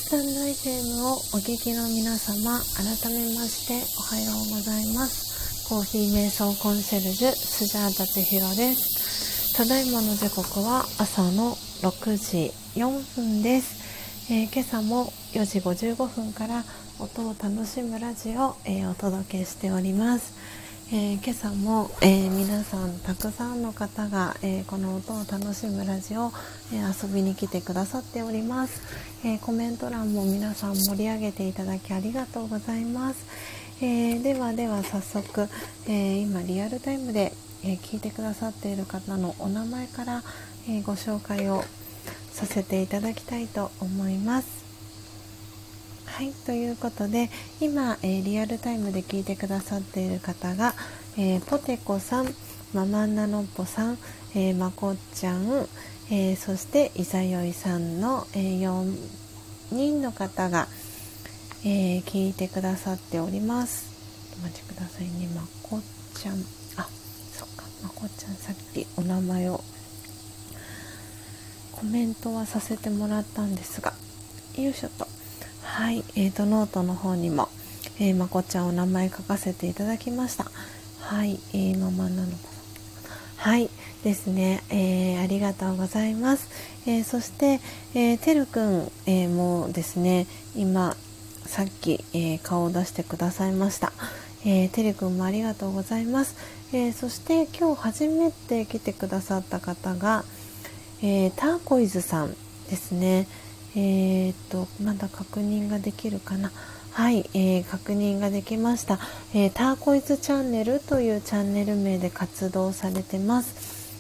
スタンド FM をお聞きの皆様、改めましておはようございます。コーヒー瞑想コンシェルジュスジャータ千尋です。ただいまの時刻は朝の6時4分です。今朝も4時55分から音を楽しむラジオを、お届けしております。今朝も、皆さんたくさんの方が、この音を楽しむラジオ、遊びに来てくださっております。コメント欄も皆さん盛り上げていただきありがとうございます。では早速、今リアルタイムで、聞いてくださっている方のお名前から、ご紹介をさせていただきたいと思います。はい、ということで今、リアルタイムで聞いてくださっている方が、ポテコさん、ママナノッポさん、まこっちゃん、そしていさよいさんの、4人の方が、聞いてくださっております。お待ちくださいね。まこっちゃん、そっか、まこっちゃん、さっきお名前をコメントはさせてもらったんですが、よいしょと、はい、ノートの方にも、まこちゃんお名前書かせていただきました。はい、ママなのかな、はいですね、ありがとうございます。そして、てるくん、もですね、今さっき、顔を出してくださいました。てるくんもありがとうございます。そして今日初めて来てくださった方が、ターコイズさんですね。まだ確認ができるかな。はい、確認ができました。ターコイズチャンネルというチャンネル名で活動されてます。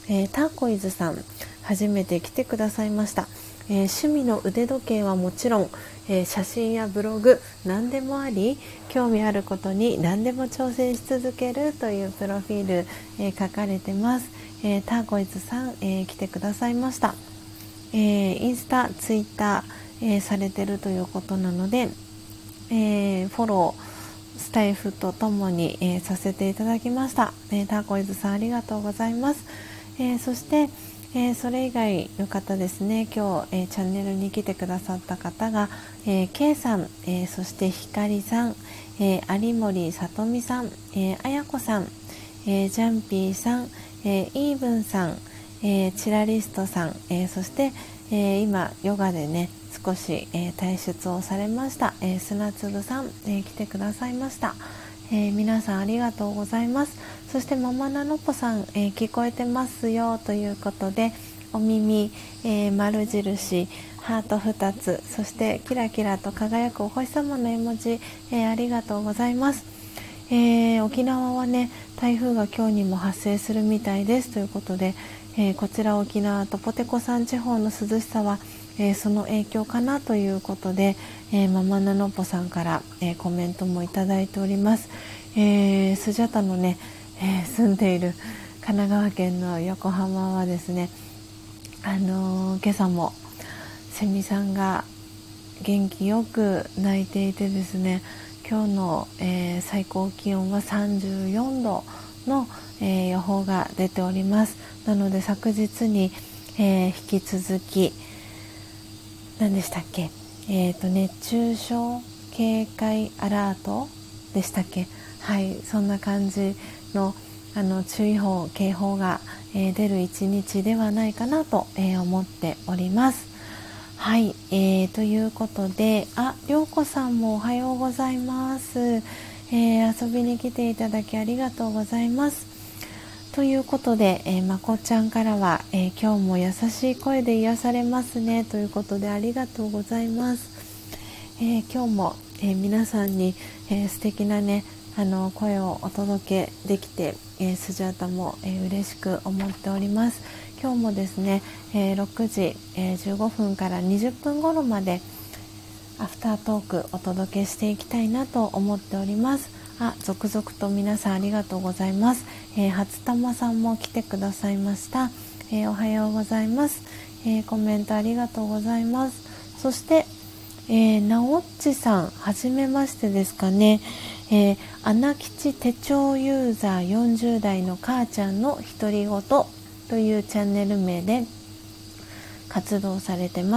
ターコイズさん、初めて来てくださいました。趣味の腕時計はもちろん、写真やブログ何でもあり、興味あることに何でも挑戦し続けるというプロフィール、書かれてます。ターコイズさん、来てくださいました。インスタ、ツイッター、されてるということなので、フォロースタイフとともに、させていただきました。ターコイズさんありがとうございます。そして、それ以外の方ですね、今日、チャンネルに来てくださった方が、K さん、そしてひかりさん、有森さとみさん、あやこさん、ジャンピーさん、イーブンさん、チラリストさん、そして、今ヨガでね少し、退出をされました、砂粒さん、来てくださいました。皆さんありがとうございます。そしてママナノポさん、聞こえてますよということでお耳、丸印ハート2つ、そしてキラキラと輝くお星様の絵文字、ありがとうございます。沖縄はね台風が今日にも発生するみたいですということで、こちら沖縄とポテコ山地方の涼しさは、その影響かなということで、ママナノポさんから、コメントもいただいております。スジャタのね、住んでいる神奈川県の横浜はですね、今朝もセミさんが元気よく鳴いていてですね、今日の、最高気温は34度の、予報が出ております。なので昨日に、引き続き何でしたっけ、熱中症警戒アラートでしたっけ、はい、そんな感じの、注意報警報が、出る一日ではないかなと、思っております。はい、ということで、りょうこさんもおはようございます。遊びに来ていただきありがとうございます。ということで、まこちゃんからは、今日も優しい声で癒されますねということでありがとうございます。今日も、皆さんに、素敵なね声をお届けできて、スジャータも、嬉しく思っております。今日もですね、6時、15分から20分頃までアフタートークお届けしていきたいなと思っております。続々と皆さんありがとうございます。初玉さんも来てくださいました。おはようございます。コメントありがとうございます。そして、なおっちさんはじめましてですかね。穴吉手帳ユーザー40代の母ちゃんの独り言というチャンネル名で活動されてます。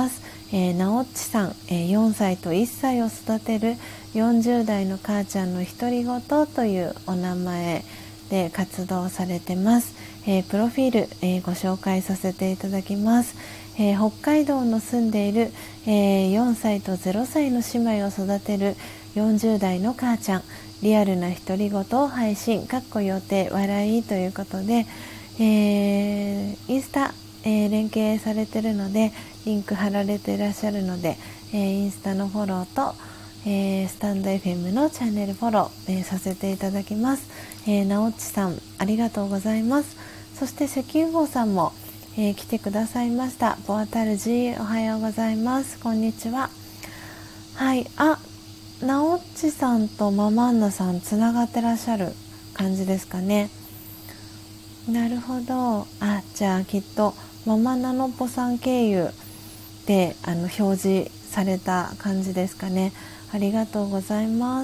なおっちさん、4歳と1歳を育てる40代の母ちゃんの独り言というお名前で活動されてます。プロフィール、ご紹介させていただきます。北海道の住んでいる、4歳と0歳の姉妹を育てる40代の母ちゃん、リアルな独り言を配信予定笑いということで、インスタ、連携されているのでリンク貼られていらっしゃるので、インスタのフォローと、スタンド FM のチャンネルフォロー、させていただきます。なおっちさんありがとうございます。そして石油王さんも、来てくださいました。ボアタルジおはようございます。こんにちは。はい、なおっちさんとママンナさんつながってらっしゃる感じですかね。なるほど。じゃあきっとママナノポさん経由で表示された感じですかね。ありがとうございます。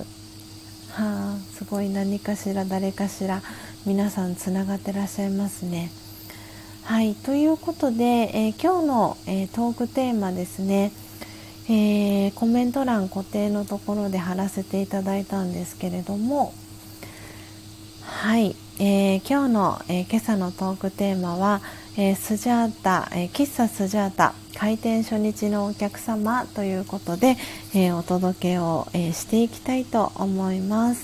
すごい何かしら誰かしら皆さんつながってらっしゃいますね。はい、ということで、今日の、トークテーマですね、コメント欄固定のところで貼らせていただいたんですけれども、はい、今日の、今朝のトークテーマは、スジャータ、喫茶スジャータ開店初日のお客様ということで、お届けを、していきたいと思います。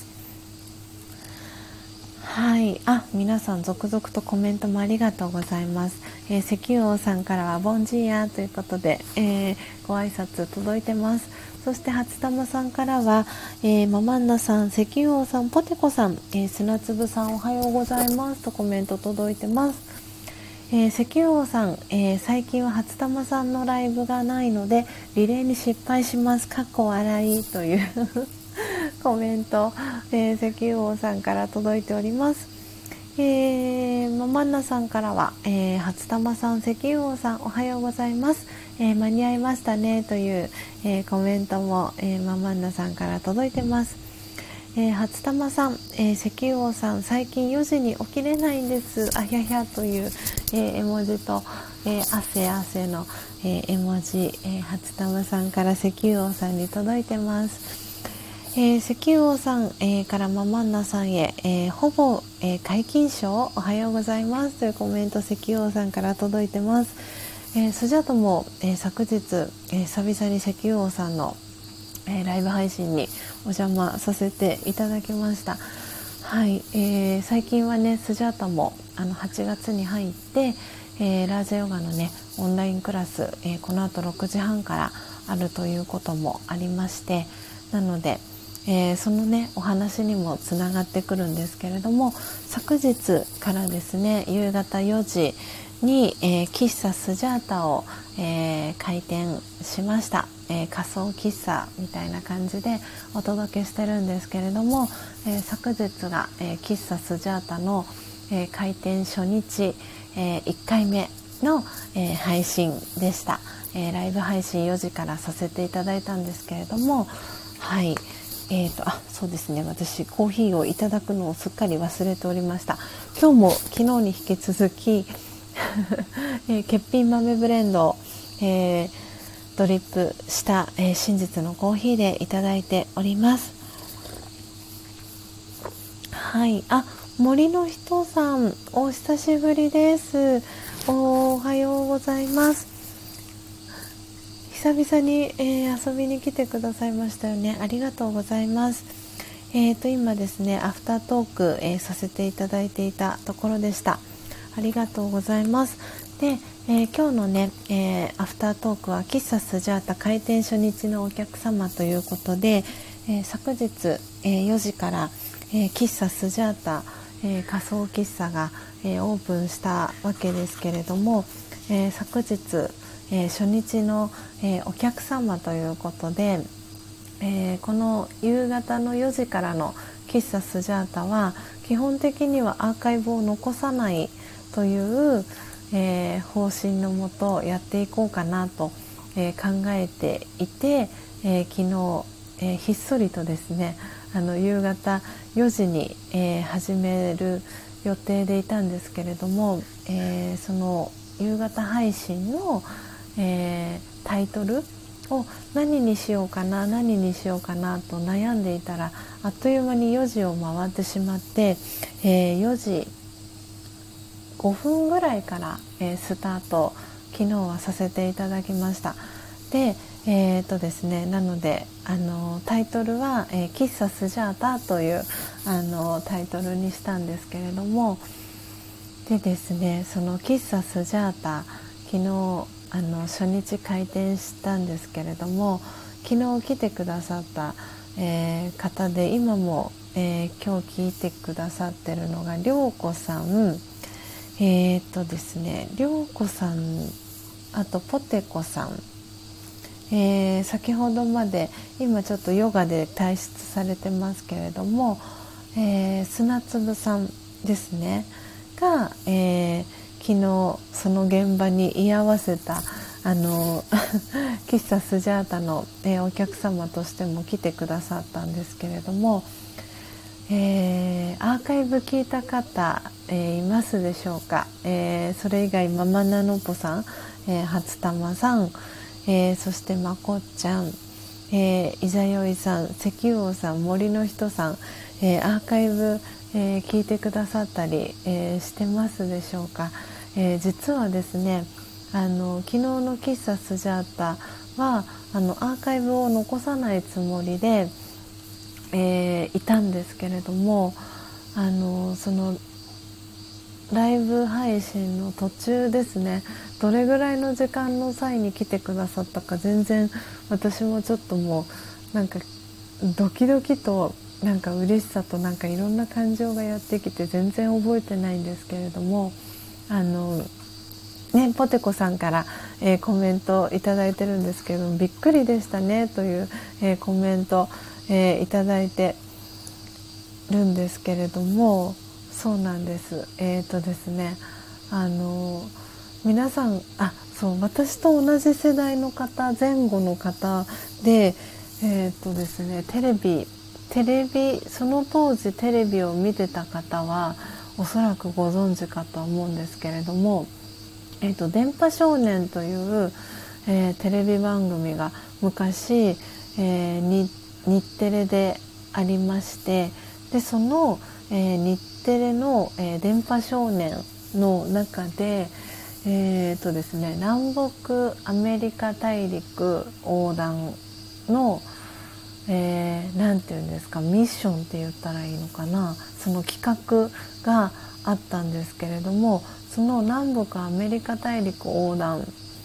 はい、皆さん続々とコメントもありがとうございます。石油王さんからはボンジーヤということで、ご挨拶届いてます。そして初玉さんからは、ママンナさん、石油王さん、ポテコさん、砂粒さんおはようございますとコメント届いてます。石油王さん、最近は初玉さんのライブがないのでリレーに失敗します笑いというコメント、石油王さんから届いております。ママンナさんからは、初玉さん、石油王さんおはようございます、間に合いましたねという、コメントも、ママンナさんから届いてます。初玉さん、石油王さん最近4時に起きれないんですあひゃひゃという、絵文字と、汗の、絵文字、初玉さんから石油王さんに届いてます。石油王さん、からママンナさんへ、ほぼ、皆勤賞おはようございますというコメント石油王さんから届いてます。スジャタも、昨日、久々に石油王さんの、ライブ配信にお邪魔させていただきました。はい、最近はねスジャタも8月に入って、ラージャヨガのねオンラインクラス、この後6時半からあるということもありまして、なのでそのねお話にもつながってくるんですけれども、昨日からですね夕方4時に、喫茶スジャータを、開店しました。仮想喫茶みたいな感じでお届けしてるんですけれども、昨日が、喫茶スジャータの、開店初日、1回目の、配信でした。ライブ配信4時からさせていただいたんですけれども、はい、そうですね、私コーヒーをいただくのをすっかり忘れておりました。今日も昨日に引き続き欠品豆ブレンドを、ドリップした、真実のコーヒーでいただいております。はい、森の人さんお久しぶりです。おはようございます。久々に、遊びに来てくださいましたよね。ありがとうございます。今ですねアフタートーク、させていただいていたところでした。ありがとうございます。で、今日のね、アフタートークは喫茶スジャータ開店初日のお客様ということで、昨日、4時から、喫茶スジャータ、仮想喫茶が、オープンしたわけですけれども、昨日、初日の、お客様ということで、この夕方の4時からの喫茶スジャータは基本的にはアーカイブを残さないという、方針のもとやっていこうかなと、考えていて、昨日、ひっそりとですね夕方4時に、始める予定でいたんですけれども、その夕方配信の、 タイトルを何にしようかなと悩んでいたら、あっという間に4時を回ってしまって、4時5分ぐらいから、スタート昨日はさせていただきました。で、ですね、なのでタイトルは、喫茶スジャータというタイトルにしたんですけれども、でですね、その喫茶スジャータ、昨日初日開店したんですけれども、昨日来てくださった、方で今も、今日聞いてくださってるのがりょうこさん、ですね、りょうこさん、あとポテコさん、先ほどまで今ちょっとヨガで退出されてますけれども、砂粒さんですねが、昨日その現場に居合わせた喫茶スジャータの、お客様としても来てくださったんですけれども、アーカイブ聞いた方、いますでしょうか。それ以外ママナノポさん、初玉さん、そしてまこっちゃん、いざよいさん、石王さん、森の人さん、アーカイブ、聞いてくださったり、してますでしょうか。実はですね、昨日の喫茶スジャータはアーカイブを残さないつもりで、いたんですけれども、そのライブ配信の途中ですね、どれぐらいの時間の際に来てくださったか全然私もちょっともうなんかドキドキとなんか嬉しさとなんかいろんな感情がやってきて全然覚えてないんですけれども、ポテコさんから、コメントいただいてるんですけど、びっくりでしたねという、コメント、いただいてるんですけれども、そうなんです。ですね、皆さん、そう私と同じ世代の方、前後の方で、ですね、テレビその当時テレビを見てた方はおそらくご存知かと思うんですけれども、電波少年という、テレビ番組が昔、日テレでありまして、でその、日テレの、電波少年の中で、ですね、南北アメリカ大陸横断の、なんていうんですか、ミッションって言ったらいいのかな、その企画があったんですけれども、その南北アメリカ大陸横断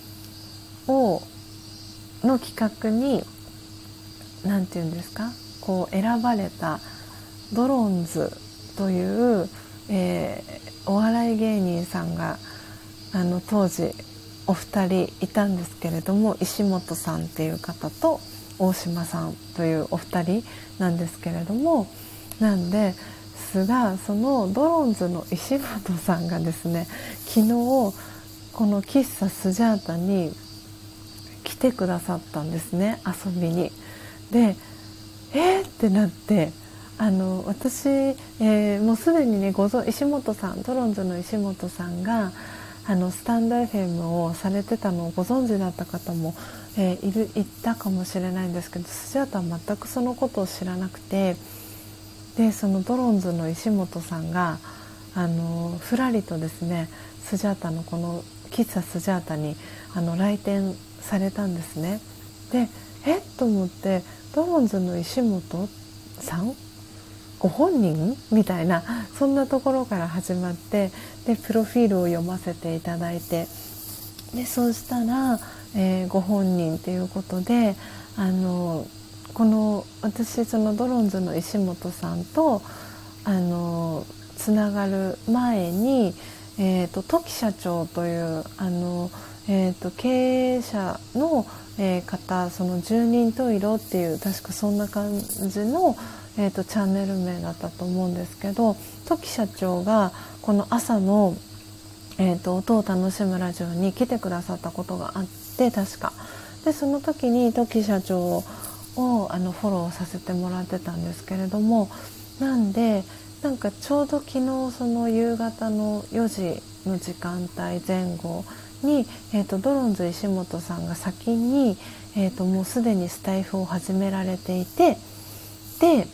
の企画になんていうんですか、こう選ばれたドロンズという、お笑い芸人さんが当時お二人いたんですけれども、石本さんっていう方と大島さんというお二人なんですけれども、なんですが、そのドロンズの石本さんがですね、昨日この喫茶スジャータに来てくださったんですね、遊びに。でってなって、私、もうすでにね、石本さん、ドロンズの石本さんがスタンド FM をされてたのをご存知だった方も、いたかもしれないんですけど、スジャータは全くそのことを知らなくて、でそのドロンズの石本さんがふらりとですね、スジャータのこの喫茶スジャータに来店されたんですね。でと思って、ドロンズの石本さんご本人みたいな、そんなところから始まって、でプロフィールを読ませていただいて、でそうしたら、ご本人ということで、この私そのドロンズの石本さんとつながる前に、時社長という経営者の、方、その十人十色っていう確かそんな感じの、チャンネル名だったと思うんですけど、時社長がこの朝の、音を楽しむラジオに来てくださったことがあって、確かでその時に時社長をフォローさせてもらってたんですけれども、なんかちょうど昨日その夕方の4時の時間帯前後に、ドロンズ石本さんが先に、もうすでにスタイフを始められていて、で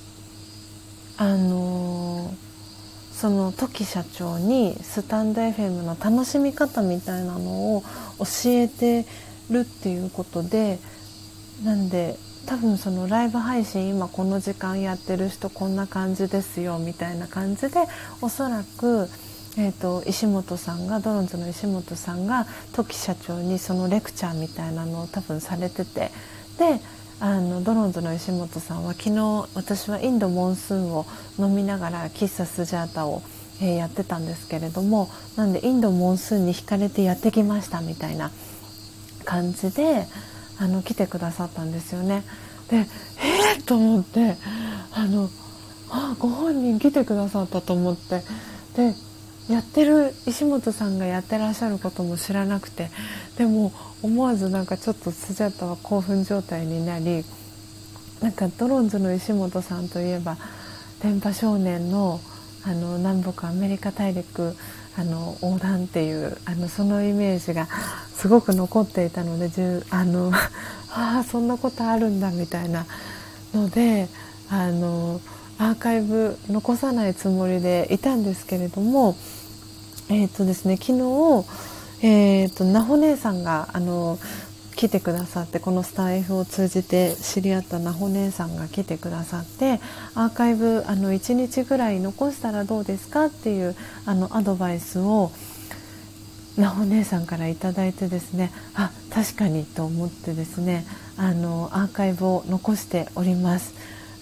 その時社長にスタンド FM の楽しみ方みたいなのを教えてるっていうことで、なんで多分そのライブ配信今この時間やってる人こんな感じですよみたいな感じで、おそらく、石本さんがドロンズの石本さんが時社長にそのレクチャーみたいなのを多分されてて、でドロンズの石本さんは昨日私はインドモンスーンを飲みながら喫茶スジャータを、やってたんですけれども、なんでインドモンスーンに惹かれてやってきましたみたいな感じで来てくださったんですよね。でと思ってご本人来てくださったと思って、でやってる石本さんがやってらっしゃることも知らなくて、でも思わずなんかちょっとスジャータは興奮状態になり、なんかドロンズの石本さんといえば電波少年の南北アメリカ大陸横断っていうそのイメージがすごく残っていたので、そんなことあるんだみたいなのでアーカイブ残さないつもりでいたんですけれども、ですね、昨日、なほ姉さんが来てくださって、このスタイフを通じて知り合ったなほ姉さんが来てくださって、アーカイブ1日ぐらい残したらどうですかっていうアドバイスをなほ姉さんからいただいてですね、確かにと思ってですね、アーカイブを残しております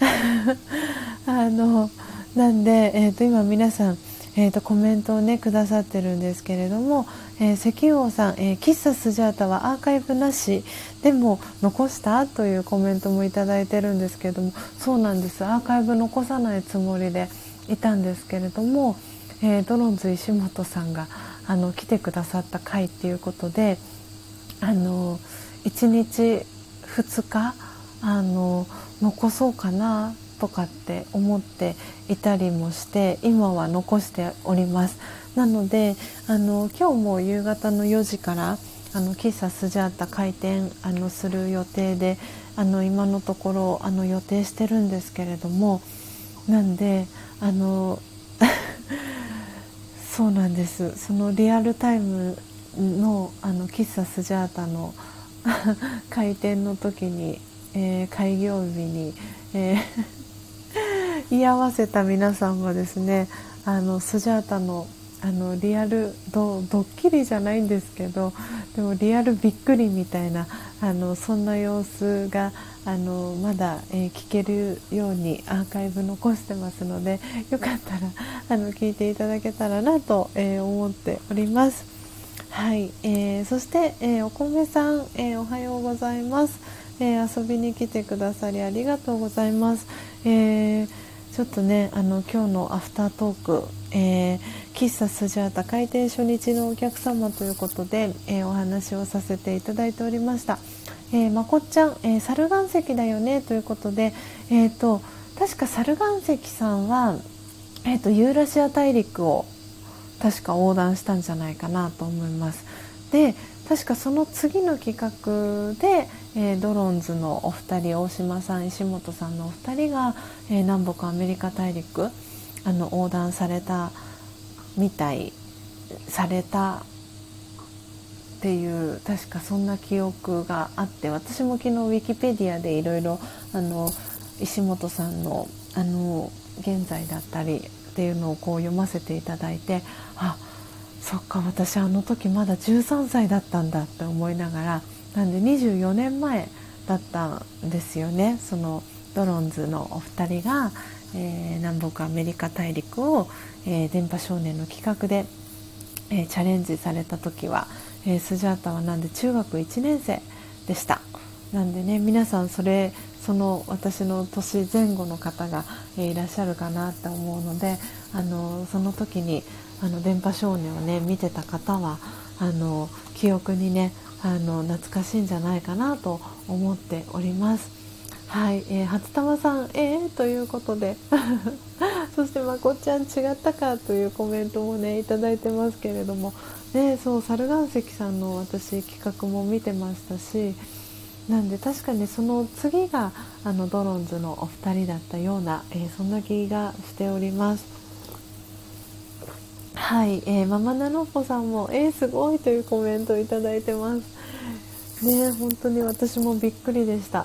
なんで、今皆さんコメントをねくださってるんですけれども、石王さん、喫茶スジャータはアーカイブなしでも残したというコメントもいただいてるんですけれども、そうなんです、アーカイブ残さないつもりでいたんですけれども、ドロンズ石本さんが来てくださった回っていうことで1日2日残そうかなとかって思っていたりもして、今は残しております。なので今日も夕方の4時から喫茶スジャータ開店する予定で今のところ予定してるんですけれども、なんでそうなんです、そのリアルタイムの喫茶スジャータの開店の時に、開業日に、居合わせた皆さんはですね、スジャータのリアルドッキリじゃないんですけど、でもリアルびっくりみたいなそんな様子がまだ、聞けるようにアーカイブ残してますので、よかったら聞いていただけたらなと、思っております。はい、そして、お米さん、おはようございます。遊びに来てくださりありがとうございます。ちょっとね今日のアフタートーク、喫茶スジャータ開店初日のお客様ということで、お話をさせていただいておりました。まこっちゃん、猿岩石だよねということで、確か猿岩石さんは、ユーラシア大陸を確か横断したんじゃないかなと思います。で確かその次の企画で、ドロンズのお二人、大島さん石本さんのお二人が、南北アメリカ大陸横断されたっていう、確かそんな記憶があって、私も昨日ウィキペディアでいろいろ石本さんの現在だったりっていうのをこう読ませていただいて、そっか、私あの時まだ13歳だったんだって思いながら、なんで24年前だったんですよね。そのドロンズのお二人が、南北アメリカ大陸を、電波少年の企画で、チャレンジされた時は、スジャータはなんで中学1年生でした。なんでね、皆さんその私の年前後の方が、いらっしゃるかなって思うので、その時に電波少年をね見てた方は記憶にね懐かしいんじゃないかなと思っております。はい、初玉さんということでそしてまこっちゃん違ったかというコメントもねいただいてますけれども、 でそう猿岩石さんの私企画も見てましたし、なんで確かにその次がドロンズのお二人だったような、そんな気がしております。はい、ママナノッポさんもすごいというコメントをいただいてますね。本当に私もびっくりでした。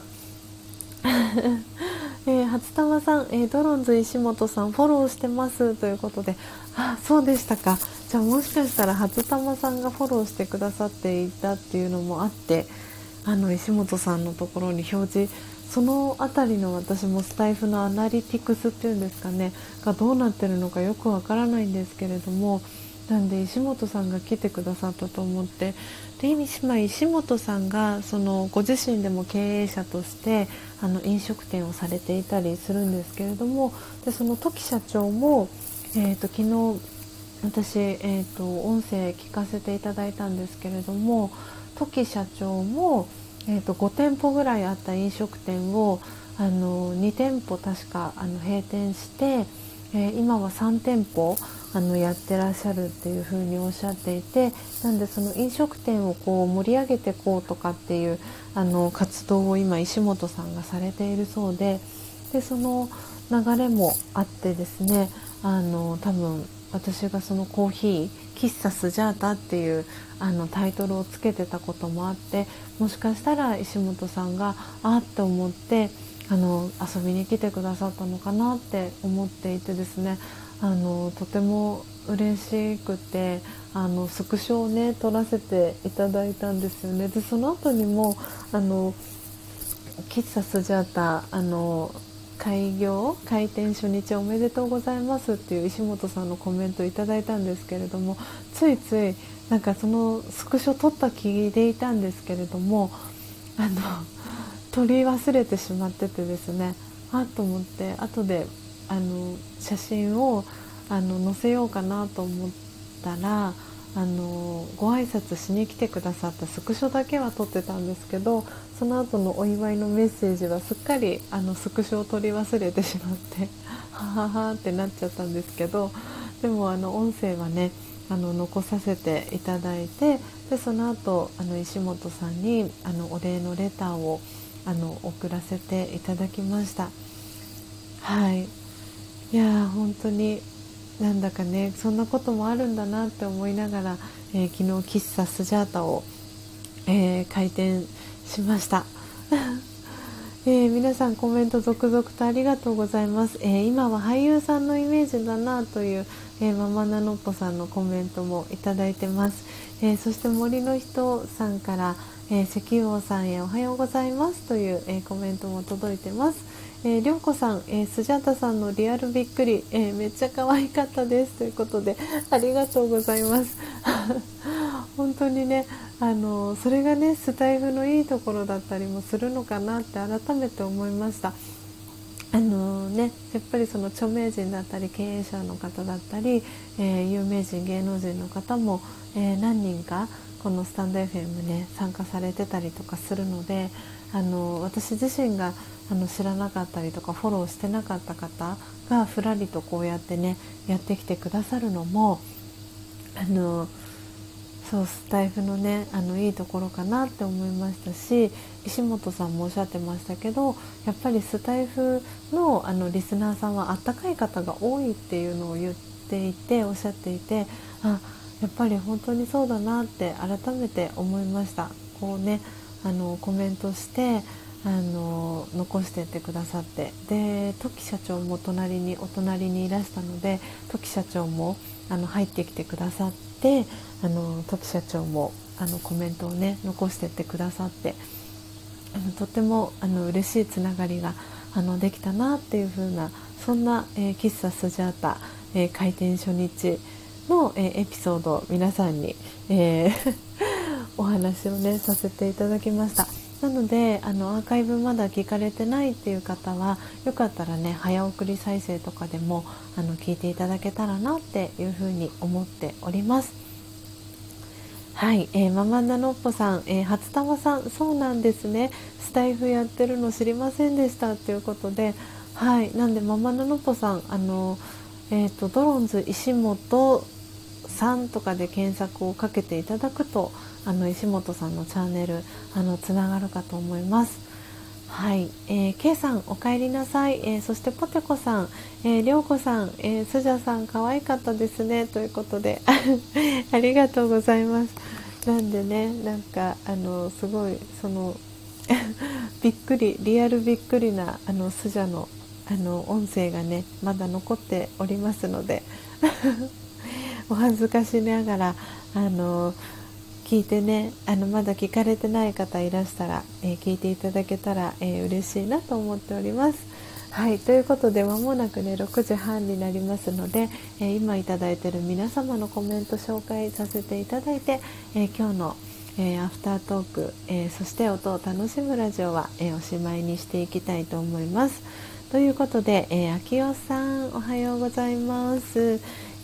初玉さん、ドロンズ石本さんフォローしてますということで、そうでしたか。じゃあもしかしたら初玉さんがフォローしてくださっていたっていうのもあって、石本さんのところに表示、そのあたりの私もスタイフのアナリティクスっていうんですかねがどうなってるのかよくわからないんですけれども、なんで石本さんが来てくださったと思って、で今石本さんがそのご自身でも経営者として飲食店をされていたりするんですけれども、でその時社長も、昨日私、音声聞かせていただいたんですけれども、時社長も、5店舗ぐらいあった飲食店を2店舗確か閉店して、今は3店舗やってらっしゃるっていうふうにおっしゃっていて、なんでその飲食店をこう盛り上げていこうとかっていう活動を今石本さんがされているそうで、その流れもあってですね、多分私がそのコーヒー喫茶スジャータっていうタイトルをつけてたこともあって、もしかしたら石本さんがって思って遊びに来てくださったのかなって思っていてですね、とても嬉しくてスクショをね撮らせていただいたんですよね。でその後にも喫茶スジャータ開店初日おめでとうございますっていう石本さんのコメントをいただいたんですけれども、ついついなんかそのスクショ撮った気でいたんですけれども撮り忘れてしまっててですね、と思って後で写真を載せようかなと思ったらご挨拶しに来てくださったスクショだけは撮ってたんですけど、その後のお祝いのメッセージはすっかりスクショを撮り忘れてしまってはははってなっちゃったんですけど、でも音声はね残させていただいて、でその後石本さんにお礼のレターを送らせていただきました。はい、いや本当になんだかねそんなこともあるんだなって思いながら、昨日喫茶スジャータを、開店しました。皆さんコメント続々とありがとうございます。今は俳優さんのイメージだなという、ママナノッポさんのコメントもいただいてます。そして森の人さんから、石王さんへおはようございますという、コメントも届いてます。りょうこさん、スジャータさんのリアルびっくり、めっちゃ可愛かったですということでありがとうございます。本当にねそれがねスタイフのいいところだったりもするのかなって改めて思いました。やっぱりその著名人だったり経営者の方だったり、有名人芸能人の方も、何人かこのスタンド FM ね参加されてたりとかするので、私自身が知らなかったりとかフォローしてなかった方がふらりとこうやってねやってきてくださるのもそうスタイフのねいいところかなって思いましたし、石本さんもおっしゃってましたけど、やっぱりスタイフのリスナーさんはあったかい方が多いっていうのを言っていておっしゃっていて、やっぱり本当にそうだなって改めて思いました。こうねコメントして残していってくださって、で時社長もお隣にいらしたので時社長も入ってきてくださって、時社長もコメントをね残していってくださって、とても嬉しいつながりができたなっていう風なそんな、喫茶スジャータ、開店初日の、エピソードを皆さんに、お話をねさせていただきました。なのでアーカイブまだ聞かれてないっていう方はよかったらね早送り再生とかでも聞いていただけたらなっていうふうに思っております。はい、ママナノッポさん、初玉さん、そうなんですね、スタイフやってるの知りませんでしたということで、はい、なんでママナノッポさんドロンズ石本さんとかで検索をかけていただくと石本さんのチャンネルつながるかと思います。はい、K さんお帰りなさい、そしてポテコさん、りょうこさん、スジャさん可愛かったですねということでありがとうございます。なんでね、なんかすごいびっくり、リアルびっくりなスジャの音声がねまだ残っておりますのでお恥ずかしながら聞いてね、まだ聞かれてない方いらしたら、聞いていただけたら、嬉しいなと思っております。はい、ということで間もなくね6時半になりますので、今いただいている皆様のコメント紹介させていただいて、今日の、アフタートーク、そして音を楽しむラジオは、おしまいにしていきたいと思います。ということで、あきおさんおはようございます。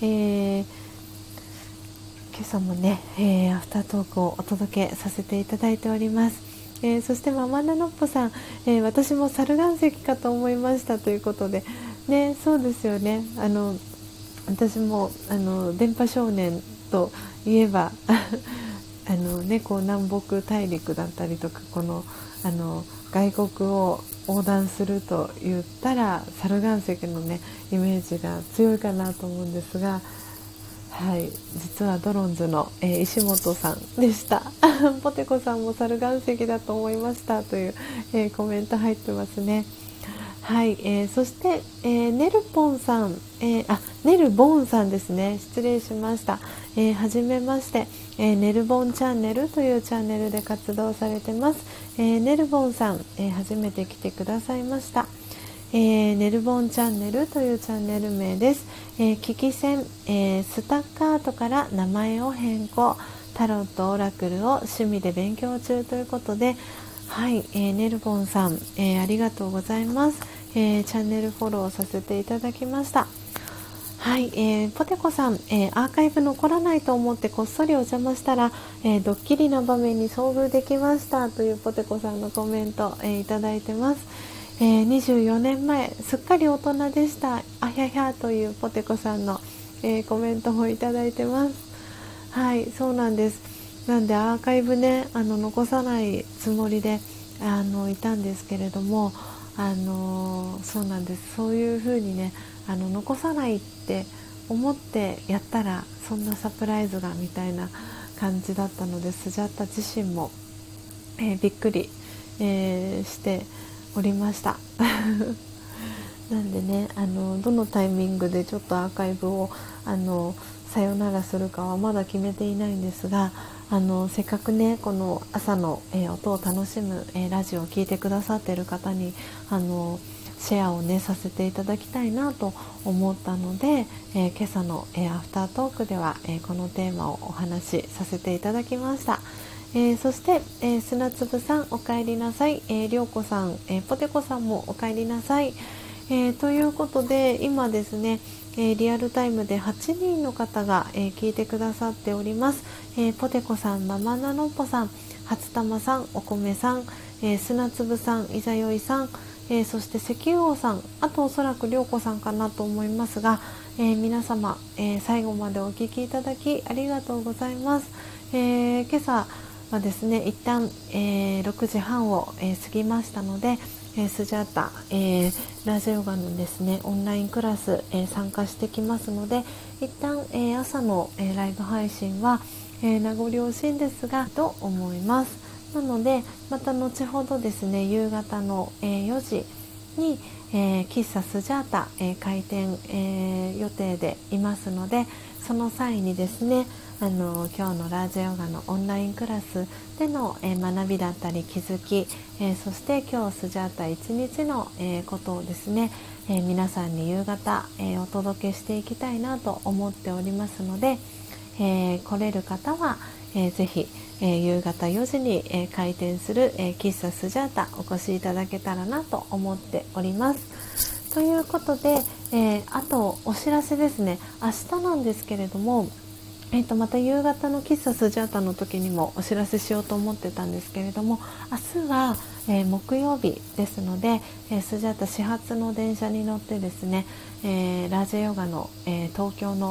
今朝もね、アフタートークをお届けさせていただいております。そしてママナノッポさん、私も猿岩石かと思いましたということで、ね、そうですよね。私も電波少年といえばこう南北大陸だったりとか、この外国を横断すると言ったら猿岩石のねイメージが強いかなと思うんですが、はい、実はドロンズの、石本さんでしたポテコさんも猿岩石だと思いましたという、コメント入ってますね。はい、そして、ネルポンさん、ネルボンさんですね、失礼しました。はじめまして、ネルボンチャンネルというチャンネルで活動されてます。ネルボンさん、初めて来てくださいました。ネルボンチャンネルというチャンネル名です。聞き戦、スタッカートから名前を変更、タロットオラクルを趣味で勉強中ということで、はい、ネルボンさん、ありがとうございます。チャンネルフォローさせていただきました。はい、ポテコさん、アーカイブ残らないと思ってこっそりお邪魔したら、ドッキリな場面に遭遇できましたというポテコさんのコメント、いただいてます。24年前すっかり大人でした、あひゃひゃというポテコさんの、コメントもいただいてます。はい、そうなんです。なんでアーカイブね残さないつもりでいたんですけれども、そうなんです。そういう風にね残さないって思ってやったらそんなサプライズがみたいな感じだったので、スジャッタ自身も、びっくり、しておりましたなんでねどのタイミングでちょっとアーカイブをさよならするかはまだ決めていないんですが、せっかくねこの朝の、音を楽しむ、ラジオを聴いてくださっている方にシェアをねさせていただきたいなと思ったので、今朝の、アフタートークでは、このテーマをお話しさせていただきました。そして、砂粒さんお帰りなさい、りょうこさん、ポテコさんもお帰りなさい。ということで今ですね、リアルタイムで8人の方が、聞いてくださっております。ポテコさん、ママナノッポさん、初玉さん、お米さん、砂粒さん、いざよいさん、そして石油王さん、あとおそらくりょうこさんかなと思いますが、皆様、最後までお聞きいただきありがとうございます。今朝はですね一旦、6時半を、過ぎましたので、スジャータ、ラジオガのですねオンラインクラス、参加してきますので、一旦、朝の、ライブ配信は、名残惜しいんですがと思います。なのでまた後ほどですね夕方の、4時に、喫茶スジャータ、開店、予定でいますので、その際にですね今日のラージャヨガのオンラインクラスでの、学びだったり気づき、そして今日スジャータ1日の、ことをですね、皆さんに夕方、お届けしていきたいなと思っておりますので、来れる方は、ぜひ、夕方4時に、開店する、喫茶スジャータお越しいただけたらなと思っております。ということで、あとお知らせですね。明日なんですけれども、また夕方の喫茶スジャータの時にもお知らせしようと思ってたんですけれども、明日は、木曜日ですので、スジャータ始発の電車に乗ってですね、ラージャヨガの、東京の、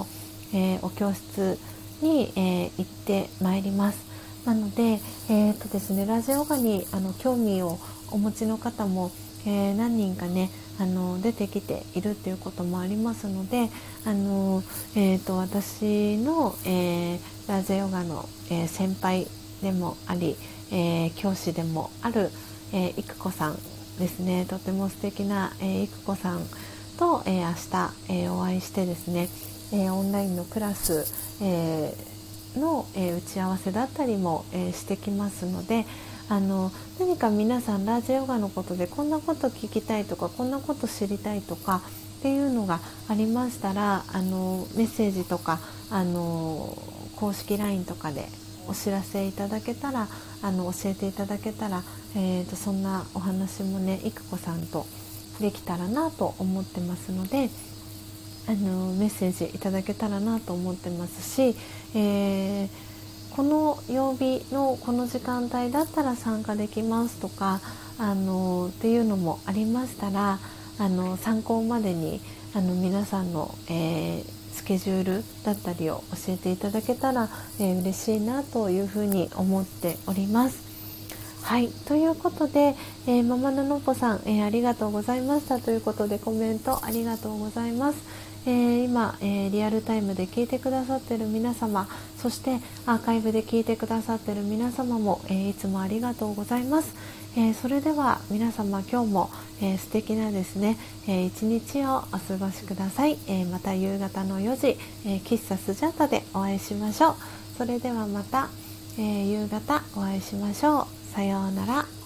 お教室に、行ってまいります。なので、ですね、ラジオヨガに興味をお持ちの方も、何人かね出てきているということもありますので、私の、ラジオヨガの、先輩でもあり、教師でもある、育子さんですね。とても素敵な、育子さんと、明日、お会いしてですね、オンラインのクラス、の、打ち合わせだったりも、してきますので、何か皆さんラジオヨガのことでこんなこと聞きたいとかこんなこと知りたいとかっていうのがありましたら、メッセージとか、公式 LINE とかでお知らせいただけたら、教えていただけたら、そんなお話もね育子さんとできたらなと思ってますので、メッセージいただけたらなと思ってますし、この曜日のこの時間帯だったら参加できますとか、っていうのもありましたら、参考までに皆さんの、スケジュールだったりを教えていただけたら、嬉しいなというふうに思っております。はい、ということで、ママナノッポさん、ありがとうございましたということでコメントありがとうございます。今、リアルタイムで聞いてくださっている皆様、そしてアーカイブで聞いてくださっている皆様も、いつもありがとうございます。それでは皆様今日も、素敵なですね、一日をお過ごしください。また夕方の4時、喫茶スジャータでお会いしましょう。それではまた、夕方お会いしましょう。さようなら。